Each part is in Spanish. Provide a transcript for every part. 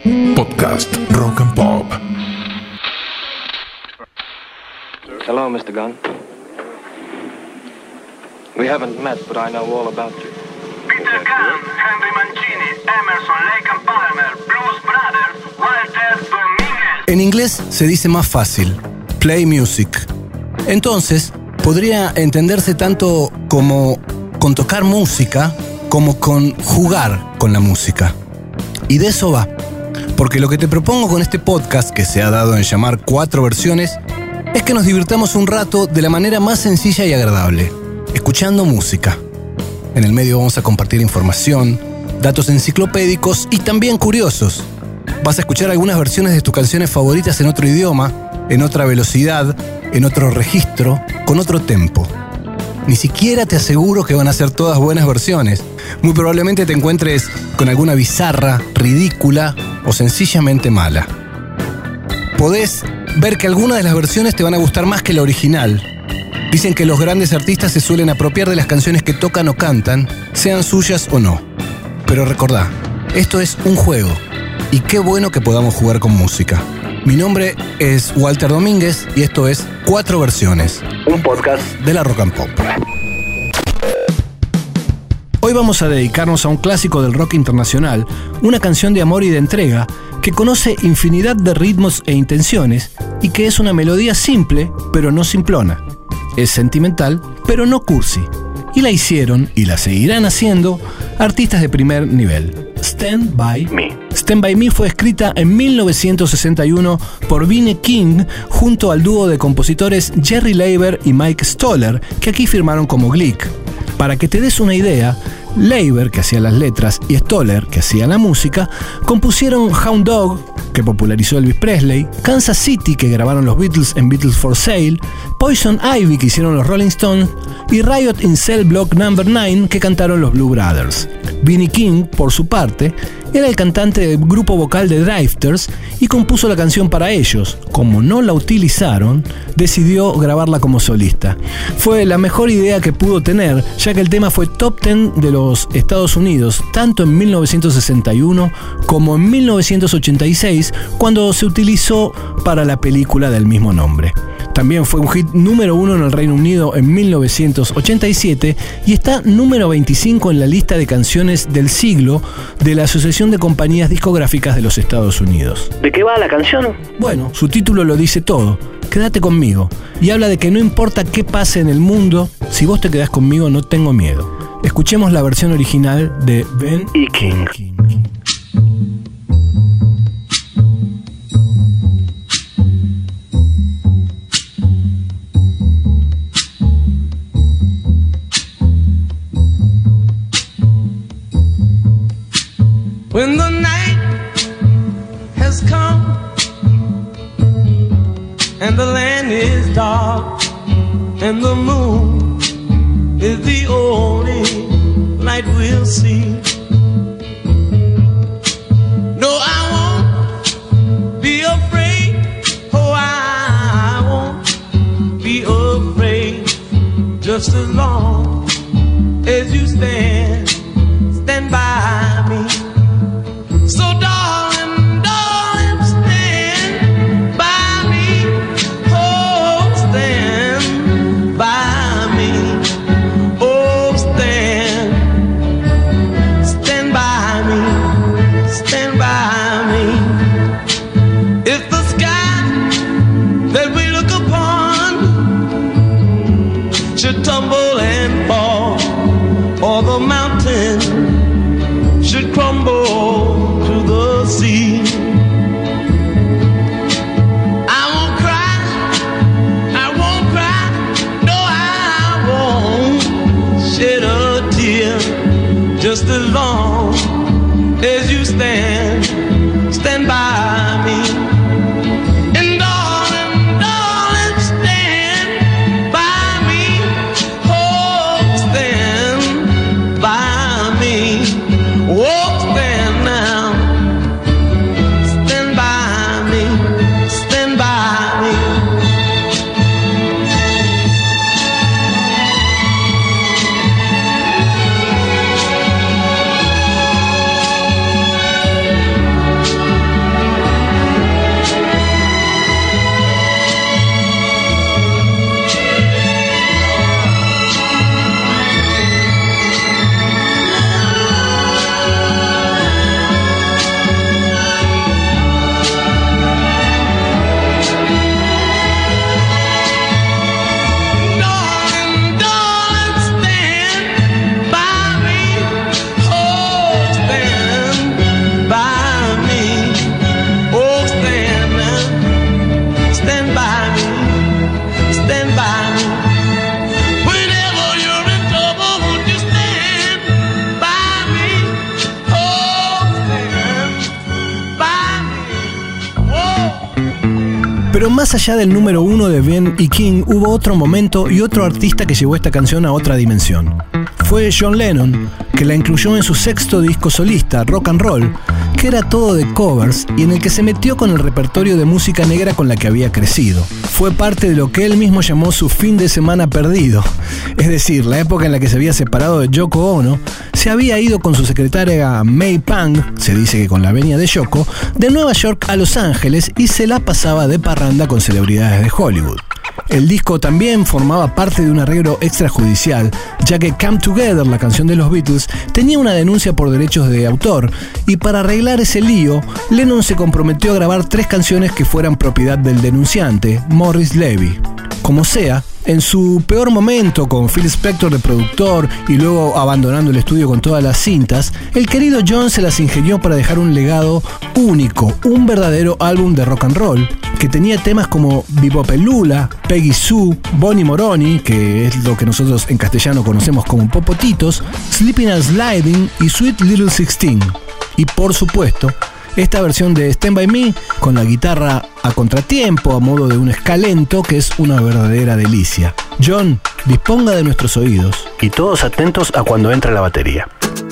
Podcast Rock and Pop. Hello, Mr. Gunn. We haven't met, but I know all about you. Peter Gunn, Henry Mancini, Emerson, Lake and Palmer, Blues Brothers, Walter Domínguez. En inglés se dice más fácil, play music. Entonces, podría entenderse tanto como con tocar música, como con jugar con la música. Y de eso va. Porque lo que te propongo con este podcast, que se ha dado en llamar 4 versiones, es que nos divirtamos un rato de la manera más sencilla y agradable, escuchando música. En el medio vamos a compartir información, datos enciclopédicos y también curiosos. Vas a escuchar algunas versiones de tus canciones favoritas en otro idioma, en otra velocidad, en otro registro, con otro tempo. Ni siquiera te aseguro que van a ser todas buenas versiones. Muy probablemente te encuentres con alguna bizarra, ridícula o sencillamente mala. Podés ver que algunas de las versiones te van a gustar más que la original. Dicen que los grandes artistas se suelen apropiar de las canciones que tocan o cantan, sean suyas o no. Pero recordá, esto es un juego. Y qué bueno que podamos jugar con música. Mi nombre es Walter Domínguez y esto es 4 versiones, un podcast de la Rock and Pop. Hoy vamos a dedicarnos a un clásico del rock internacional, una canción de amor y de entrega que conoce infinidad de ritmos e intenciones y que es una melodía simple, pero no simplona. Es sentimental, pero no cursi. Y la hicieron, y la seguirán haciendo, artistas de primer nivel. Stand By Me. Stand By Me fue escrita en 1961 por B.B. King junto al dúo de compositores Jerry Leiber y Mike Stoller, que aquí firmaron como Glick. Para que te des una idea, Leiber, que hacía las letras, y Stoller, que hacía la música, compusieron Hound Dog, que popularizó Elvis Presley, Kansas City, que grabaron los Beatles en Beatles for Sale, Poison Ivy, que hicieron los Rolling Stones, y Riot in Cell Block No. 9, que cantaron los Blue Brothers. B.B. King, por su parte, era el cantante del grupo vocal de Drifters y compuso la canción para ellos. Como no la utilizaron, decidió grabarla como solista. Fue la mejor idea que pudo tener, ya que el tema fue top 10 de los Estados Unidos, tanto en 1961 como en 1986, cuando se utilizó para la película del mismo nombre. También fue un hit número 1 en el Reino Unido en 1987 y está número 25 en la lista de canciones del siglo de la Asociación de Compañías Discográficas de los Estados Unidos. ¿De qué va la canción? Bueno, su título lo dice todo. Quédate conmigo. Y habla de que no importa qué pase en el mundo, si vos te quedás conmigo no tengo miedo. Escuchemos la versión original de B.B. King. When the night has come and the land is dark and the moon is the only light we'll see. No, I won't be afraid. Oh, I won't be afraid. Just as long as you stand by me. So darling, darling, stand by me. Oh, stand by me. Oh, stand Pero más allá del número 1 de Ben y King, hubo otro momento y otro artista que llevó esta canción a otra dimensión. Fue John Lennon, que la incluyó en su 6º disco solista, Rock and Roll, que era todo de covers y en el que se metió con el repertorio de música negra con la que había crecido. Fue parte de lo que él mismo llamó su fin de semana perdido, es decir, la época en la que se había separado de Yoko Ono, se había ido con su secretaria May Pang, se dice que con la venia de Yoko, de Nueva York a Los Ángeles y se la pasaba de parranda con celebridades de Hollywood. El disco también formaba parte de un arreglo extrajudicial, ya que Come Together, la canción de los Beatles, tenía una denuncia por derechos de autor, y para arreglar ese lío, Lennon se comprometió a grabar 3 canciones que fueran propiedad del denunciante, Morris Levy. Como sea, en su peor momento, con Phil Spector de productor y luego abandonando el estudio con todas las cintas, el querido John se las ingenió para dejar un legado único, un verdadero álbum de rock and roll, que tenía temas como Bebopelula, Peggy Sue, Bonnie Moroni, que es lo que nosotros en castellano conocemos como Popotitos, Slipping and Sliding y Sweet Little 16. Y por supuesto, esta versión de Stand By Me con la guitarra a contratiempo a modo de un ska lento que es una verdadera delicia. John, disponga de nuestros oídos y todos atentos a cuando entra la batería.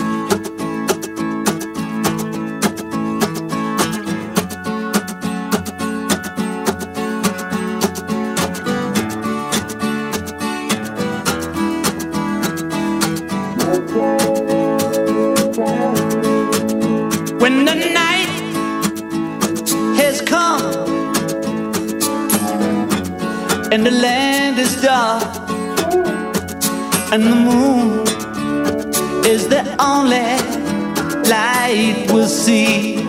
When the night has come and the land is dark and the moon is the only light we'll see.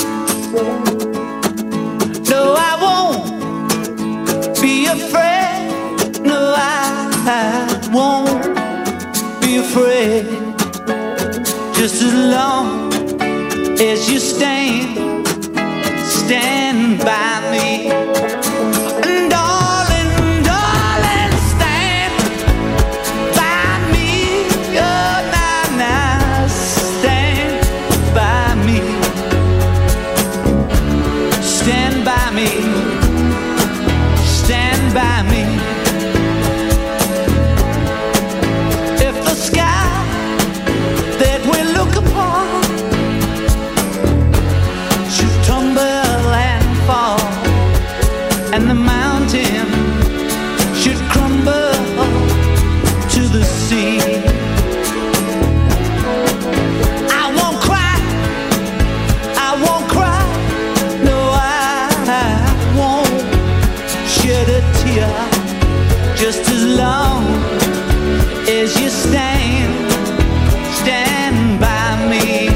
No, I won't be afraid. No, I won't be afraid. Just as long as you stand by me. And darling, darling, stand by me. Oh, now, now, stand by me. Stand by me. Stand by me. If the sky that we look upon and the mountain should crumble to the sea, I won't cry, I won't cry, no, I won't shed a tear, just as long as you stand by me.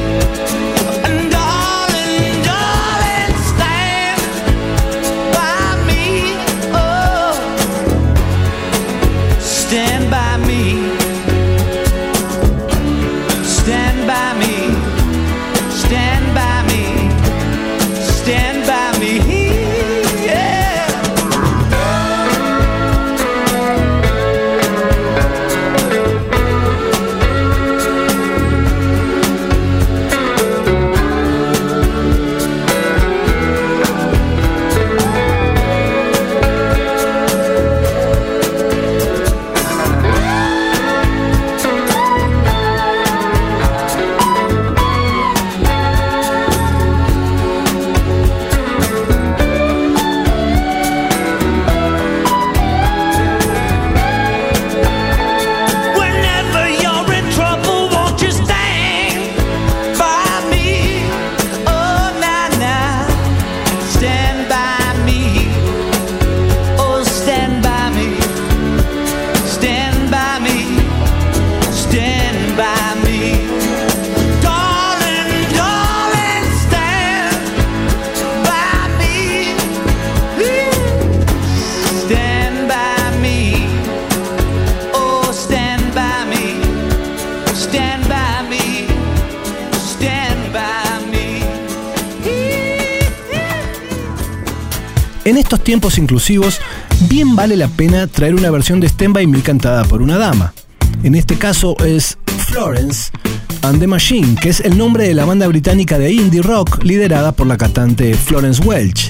En estos tiempos inclusivos, bien vale la pena traer una versión de Stand By Me cantada por una dama. En este caso es Florence and the Machine, que es el nombre de la banda británica de indie rock liderada por la cantante Florence Welch.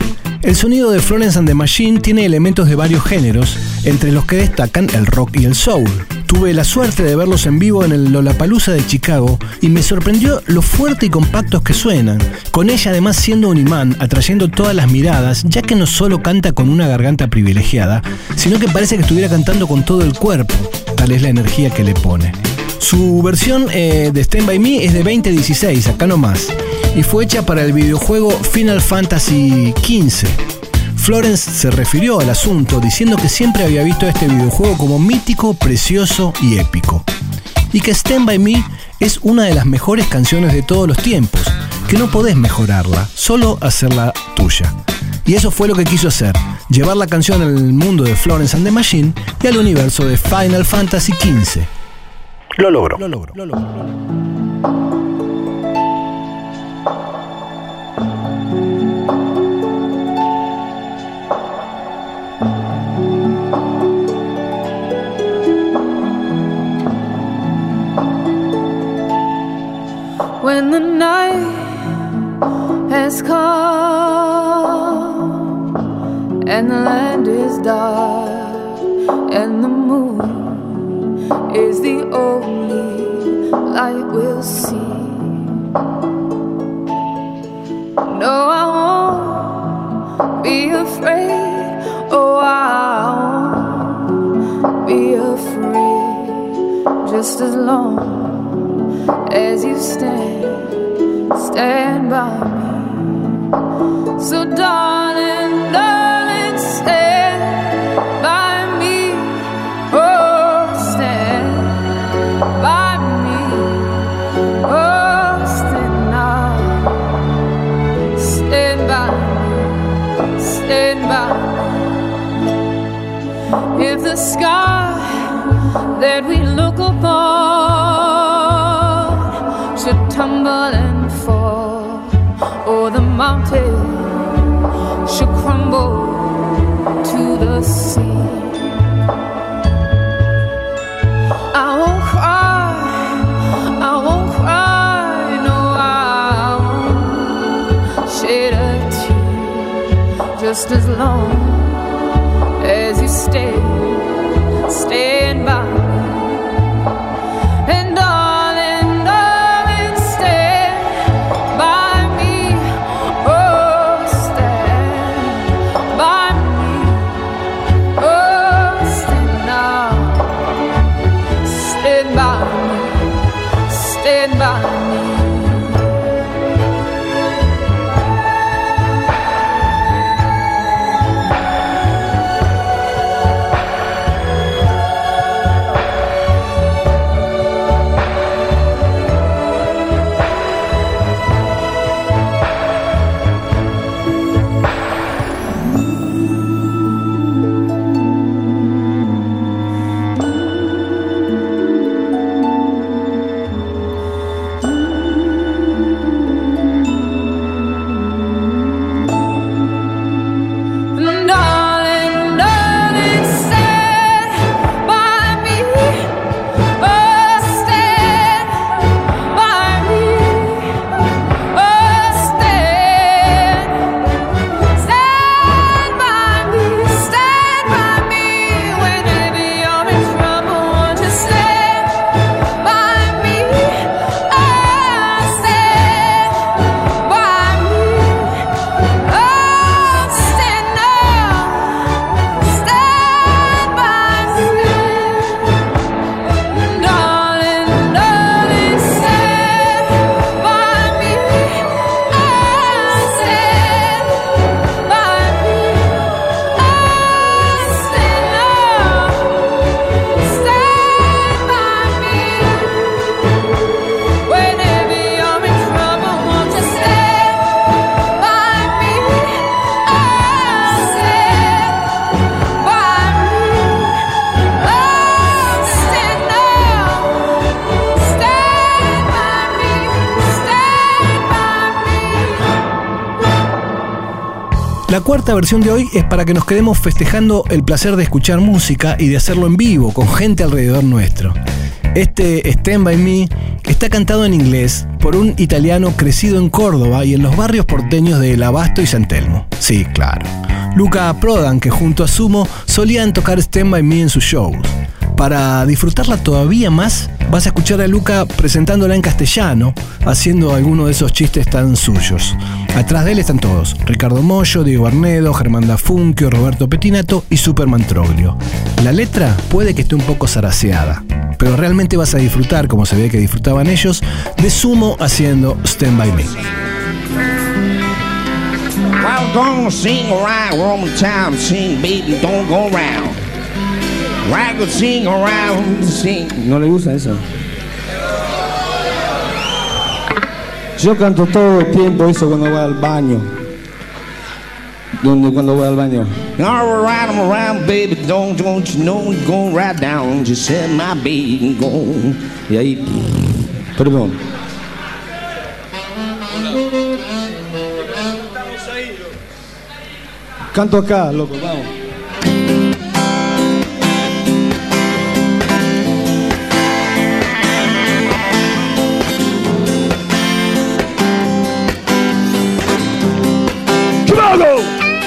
El sonido de Florence and the Machine tiene elementos de varios géneros, entre los que destacan el rock y el soul. Tuve la suerte de verlos en vivo en el Lollapalooza de Chicago y me sorprendió lo fuerte y compactos que suenan, con ella además siendo un imán, atrayendo todas las miradas, ya que no solo canta con una garganta privilegiada, sino que parece que estuviera cantando con todo el cuerpo, tal es la energía que le pone. Su versión de Stand By Me es de 2016, acá nomás, y fue hecha para el videojuego Final Fantasy XV. Florence se refirió al asunto diciendo que siempre había visto este videojuego como mítico, precioso y épico. Y que Stand By Me es una de las mejores canciones de todos los tiempos, que no podés mejorarla, solo hacerla tuya. Y eso fue lo que quiso hacer, llevar la canción al mundo de Florence and the Machine y al universo de Final Fantasy XV. Lo logró. When the night has come and the land is dark and the moon is the only light we'll see. No, I won't be afraid. Oh, I won't be afraid. Just as long as you stand by me. So darling, darling, stand by me. Oh, stand by me. Oh, stand now. Stand by me. Stand by me. If the sky that we look upon should tumble and fall, or the mountain should crumble to the sea, I won't cry, I won't cry, no, I won't shed a tear, just as long as you stand by me. And darling, darling, stand by me. Oh, stand by me. Oh, stand now. Stand by me. Stand by me. La cuarta versión de hoy es para que nos quedemos festejando el placer de escuchar música y de hacerlo en vivo, con gente alrededor nuestro. Este Stand By Me está cantado en inglés, por un italiano crecido en Córdoba y en los barrios porteños de El Abasto y San Telmo. Sí, claro. Luca Prodan, que junto a Sumo solían tocar Stand By Me en sus shows. Para disfrutarla todavía más, vas a escuchar a Luca presentándola en castellano, haciendo alguno de esos chistes tan suyos. Atrás de él están todos: Ricardo Mollo, Diego Arnedo, Germán Dafunquio, Roberto Pettinato y Superman Troglio. La letra puede que esté un poco zaraseada, pero realmente vas a disfrutar, como se ve que disfrutaban ellos, de Sumo haciendo Stand By Me. I'm gonna sing around one more time, sing baby don't go round. I'm gonna sing around, sing. ¿No le gusta eso? Yo canto todo el tiempo eso cuando voy al baño. Cuando voy al baño. All right, I'm around, baby, don't you know you go right down, just set my baby go. Y ahí, perdón. Canto acá, loco, vamos. Chicago!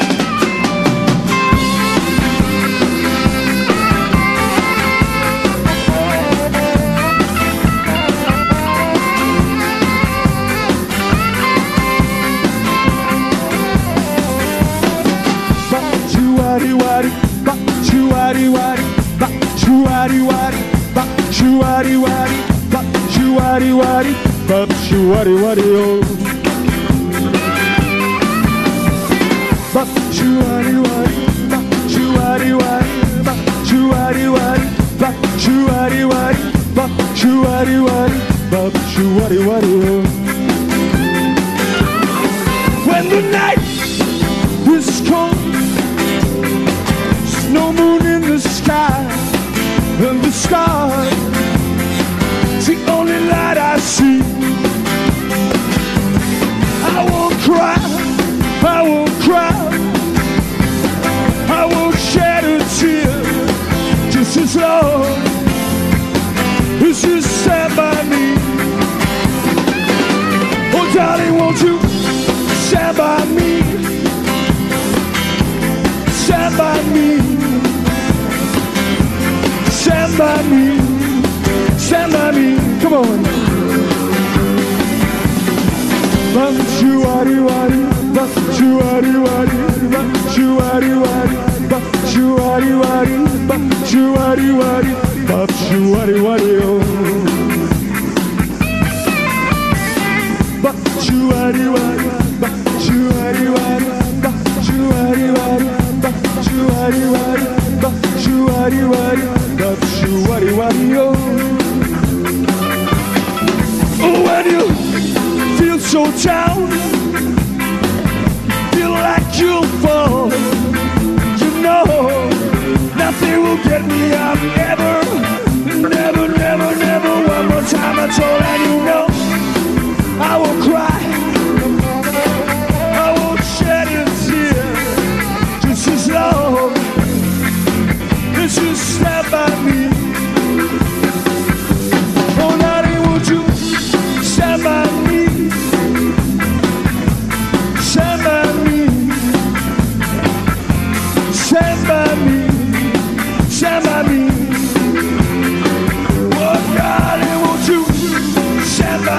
When the night is cold, there's no moon in the sky, and the stars, it's the only light I see. I won't cry, I won't cry, I won't shed a tear, just as long as you stand by me. Oh darling, won't you stand by me, stand by me, stand by me, stand by me, come on. When you feel so down, feel like you'll fall, you know nothing will get me up ever, never, never, never. One more time I told, and you know I will cry, I won't shed a tear, just as long as you stand by me. Oh, darling, won't you stand by me, stand by me, stand by me, stand by me. Oh, darling, won't you stand by me.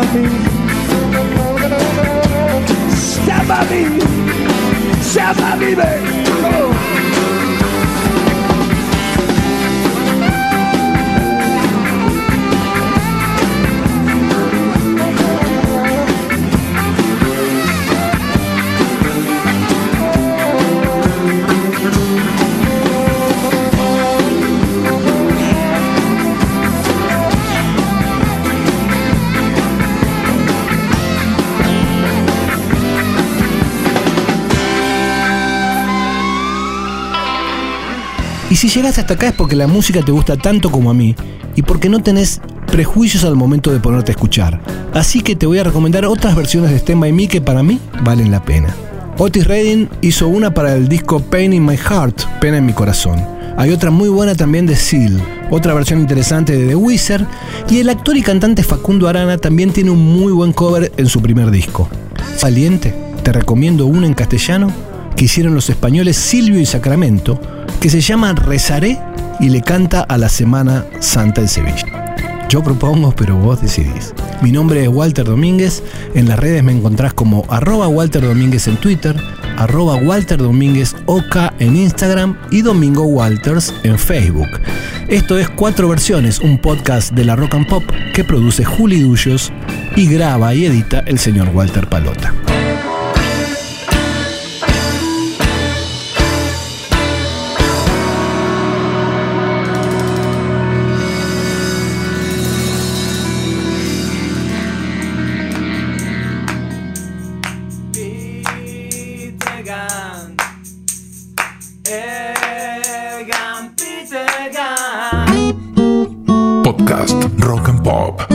me. Stand by me. Stand by me, baby. Come on. Y si llegaste hasta acá es porque la música te gusta tanto como a mí y porque no tenés prejuicios al momento de ponerte a escuchar. Así que te voy a recomendar otras versiones de Stand By Me que para mí valen la pena. Otis Redding hizo una para el disco Pain in My Heart, Pena en mi corazón. Hay otra muy buena también de Seal, otra versión interesante de The Wizard, y el actor y cantante Facundo Arana también tiene un muy buen cover en su primer disco. Valiente, te recomiendo uno en castellano que hicieron los españoles Silvio y Sacramento, que se llama Rezaré y le canta a la Semana Santa en Sevilla. Yo propongo, pero vos decidís. Mi nombre es Walter Domínguez, en las redes me encontrás como @Walter Domínguez en Twitter, @Walter Domínguez OK en Instagram y Domingo Walters en Facebook. Esto es 4 Versiones, un podcast de la Rock and Pop que produce Juli Dullos y graba y edita el señor Walter Palota. Podcast Rock and Pop.